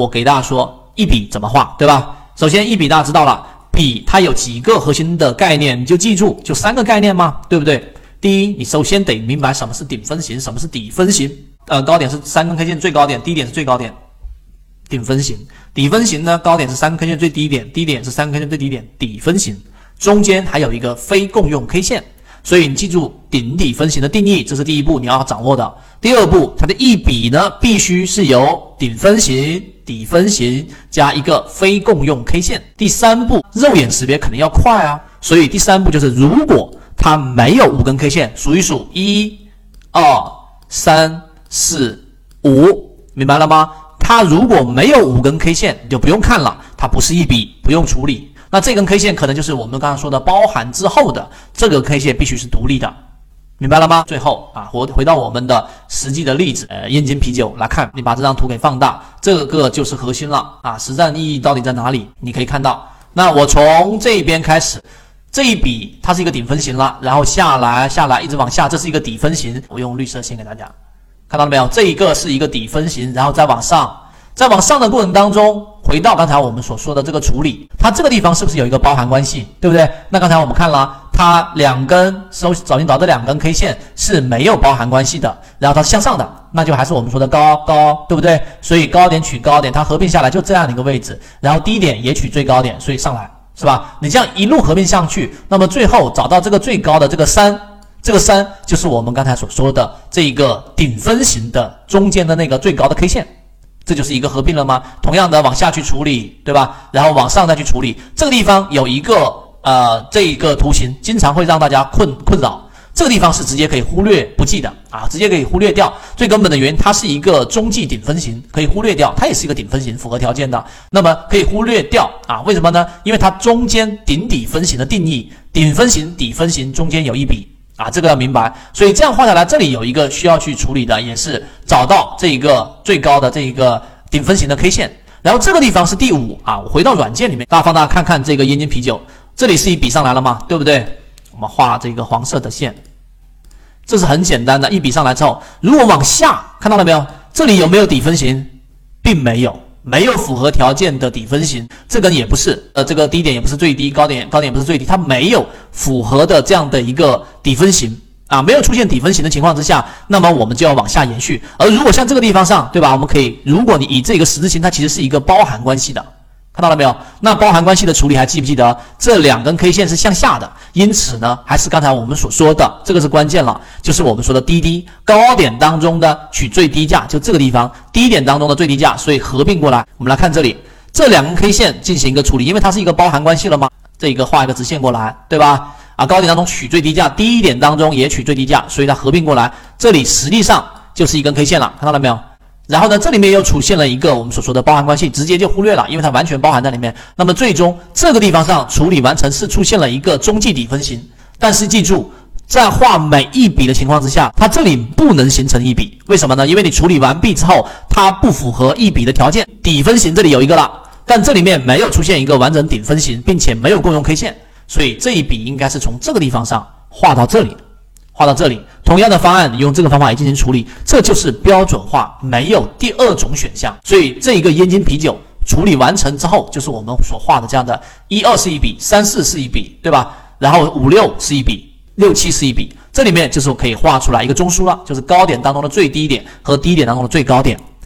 我给大家说一笔怎么画，对吧？首先一笔大家知道了，笔它有几个核心的概念，你就记住，就3个概念嘛，对不对？第一，你首先得明白什么是顶分型，什么是底分型。高点是3根 K 线最高点，低点是最高点，顶分型。底分型呢，高点是3根 K 线最低点，低点是3根 K 线最低点，底分型。中间还有一个非共用 K 线，所以你记住顶底分型的定义，这是第一步你要掌握的。第二步，它的一笔呢必须是由顶分型、底分型加一个非共用 K 线。第三步，肉眼识别肯定要快啊，所以第三步就是如果它没有5根 K 线，数一数，1、2、3、4、5，明白了吗？它如果没有5根 K 线，你就不用看了，它不是一笔，不用处理。那这根 K 线可能就是我们刚刚说的包含之后的这个 K 线必须是独立的，明白了吗？最后回到我们的实际的例子，燕京啤酒来看，你把这张图给放大，这个就是核心了啊，实战意义到底在哪里？你可以看到，那我从这边开始，这一笔它是一个顶分型了，然后下来一直往下，这是一个底分型，我用绿色线给大家看到了没有？这一个是一个底分型，然后再往上，在往上的过程当中，回到刚才我们所说的这个处理，它这个地方是不是有一个包含关系，对不对？那刚才我们看了，它2根找这2根 K 线是没有包含关系的，然后它是向上的，那就还是我们说的高，对不对？所以高点取高点，它合并下来就这样的一个位置，然后低点也取最高点，所以上来是吧？你这样一路合并上去，那么最后找到这个最高的这个3，这个3就是我们刚才所说的这一个顶分型的中间的那个最高的 K 线，这就是一个合并了吗？同样的往下去处理，对吧？然后往上再去处理，这个地方有一个这一个图形经常会让大家困扰，这个地方是直接可以忽略不计的啊，直接可以忽略掉。最根本的原因，它是一个中继顶分型，可以忽略掉，它也是一个顶分型，符合条件的，那么可以忽略掉啊？为什么呢？因为它中间顶底分型的定义，顶分型、底分型中间有一笔。这个要明白，所以这样画下来，这里有一个需要去处理的，也是找到这一个最高的这一个顶分型的 K 线，然后这个地方是第5我回到软件里面，大家放大看看这个燕京啤酒，这里是一笔上来了吗？对不对？我们画这个黄色的线，这是很简单的，一笔上来之后，如果往下看到了没有？这里有没有底分型？并没有。没有符合条件的底分型，这根也不是，这个低点也不是最低，高点也不是最低，它没有符合的这样的一个底分型没有出现底分型的情况之下，那么我们就要往下延续。而如果像这个地方上，对吧？我们可以，如果你以这个十字形，它其实是一个包含关系的，看到了没有？那包含关系的处理还记不记得？这2根 K 线是向下的，因此呢，还是刚才我们所说的，这个是关键了，就是我们说的低高点当中的取最低价，就这个地方低点当中的最低价，所以合并过来，我们来看这里，这2根 K 线进行一个处理，因为它是一个包含关系了嘛，这一个画一个直线过来，对吧？高点当中取最低价，低点当中也取最低价，所以它合并过来，这里实际上就是一根 K 线了，看到了没有？然后呢，这里面又出现了一个我们所说的包含关系，直接就忽略了，因为它完全包含在里面。那么最终这个地方上处理完成是出现了一个中继底分型，但是记住，在画每一笔的情况之下，它这里不能形成一笔，为什么呢？因为你处理完毕之后，它不符合一笔的条件。底分型这里有一个了，但这里面没有出现一个完整顶分型，并且没有共用 K 线，所以这一笔应该是从这个地方上画到这里。同样的方案，你用这个方法也进行处理，这就是标准化，没有第2种选项。所以这一个燕京啤酒处理完成之后，就是我们所画的这样的1、2是一笔，3、4是一笔，对吧？然后5、6是一笔，6、7是一笔，这里面就是可以画出来一个中枢了，就是高点当中的最低点和低点当中的最高点。